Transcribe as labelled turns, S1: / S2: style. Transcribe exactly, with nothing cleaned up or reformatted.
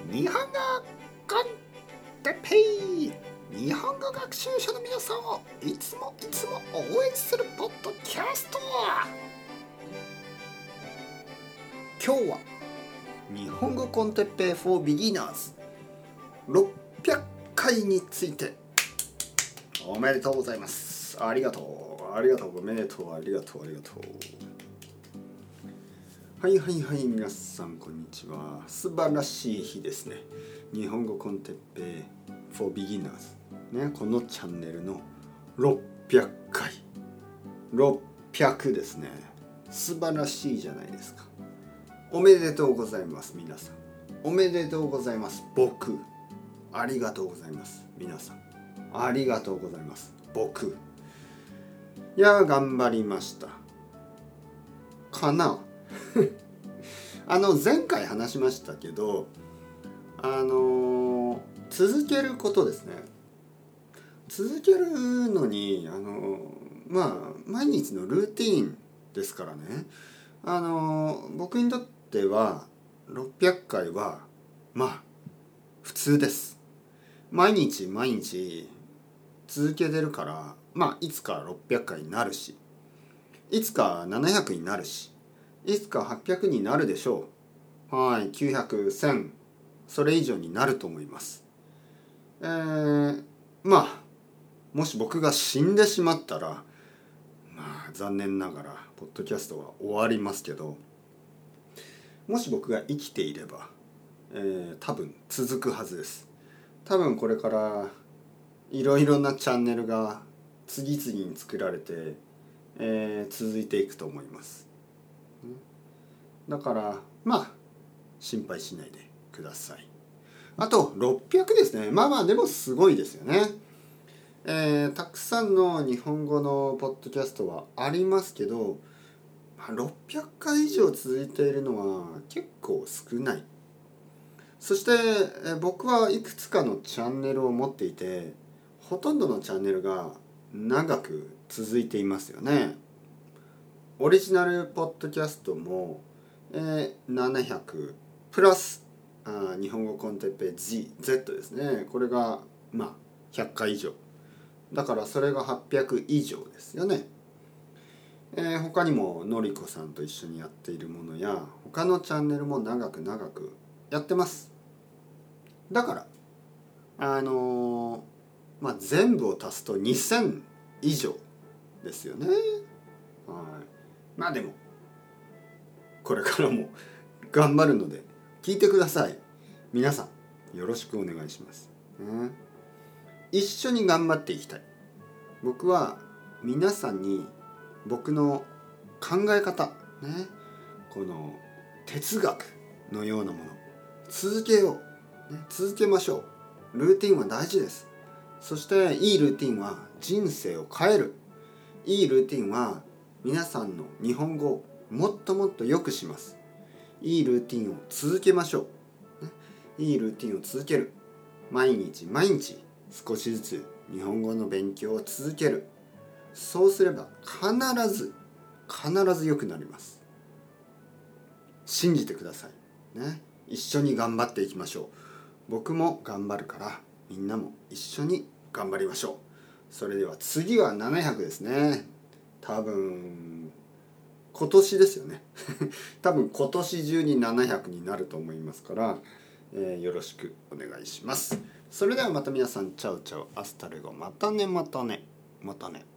S1: 日本語コンテッペイ、日本語学習者の皆さんをいつもいつも応援するポッドキャスト。今日は日本語コンテッペイ for beginners ろっぴゃっかいについて。おめでとうございます。ありがとうありがとうおめでとうありがとうありがとう。はいはいはい、皆さんこんにちは。素晴らしい日ですね。日本語コンテッペイ for beginners、ね、このチャンネルのろっぴゃっかい、ろっぴゃくですね。素晴らしいじゃないですか。おめでとうございます皆さん。おめでとうございます。僕ありがとうございます。皆さんありがとうございます。僕いや頑張りましたかなあの前回話しましたけど、あの続けることですね。続けるのにあのまあ毎日のルーティーンですからね。あの僕にとってはろっぴゃっかいはまあ普通です。毎日毎日続けてるから、まあいつかろっぴゃっかいになるし、いつかななひゃくになるし、いつかはっぴゃくになるでしょう。はい、きゅうひゃく、せん、それ以上になると思います。えー、まあもし僕が死んでしまったら、まあ残念ながらポッドキャストは終わりますけど、もし僕が生きていれば、えー、多分続くはずです。多分これからいろいろなチャンネルが次々に作られて、えー、続いていくと思います。だからまあ心配しないでください。あとろっぴゃくですね。まあまあでもすごいですよね。えー、たくさんの日本語のポッドキャストはありますけど、ろっぴゃっかい以上続いているのは結構少ない。そして、えー、僕はいくつかのチャンネルを持っていて、ほとんどのチャンネルが長く続いていますよね。オリジナルポッドキャストもえー、ななひゃくプラスあ日本語コンテッペイ G、Z ですね。これがまあひゃっかい以上。だからそれがはっぴゃく以上ですよね。えー、他にものりこさんと一緒にやっているものや他のチャンネルも長く長くやってます。だからあのー、まあ全部を足すとにせん以上ですよね。はい。まあでもこれからも頑張るので聞いてください。皆さんよろしくお願いします、ね、一緒に頑張っていきたい。僕は皆さんに僕の考え方、ね、この哲学のようなもの続けよう、ね、続けましょう。ルーティンは大事です。そしていいルーティンは人生を変える。いいルーティンは皆さんの日本語をもっともっと良くします。いいルーティンを続けましょう、ね、いいルーティンを続ける。毎日毎日少しずつ日本語の勉強を続ける。そうすれば必ず必ず良くなります。信じてください、ね、一緒に頑張っていきましょう。僕も頑張るからみんなも一緒に頑張りましょう。それでは次はななひゃくですね。多分今年ですよね多分今年中にななひゃくになると思いますから、えー、よろしくお願いします。それではまた皆さんチャウチャウアスタレゴ、またねまたねまたね。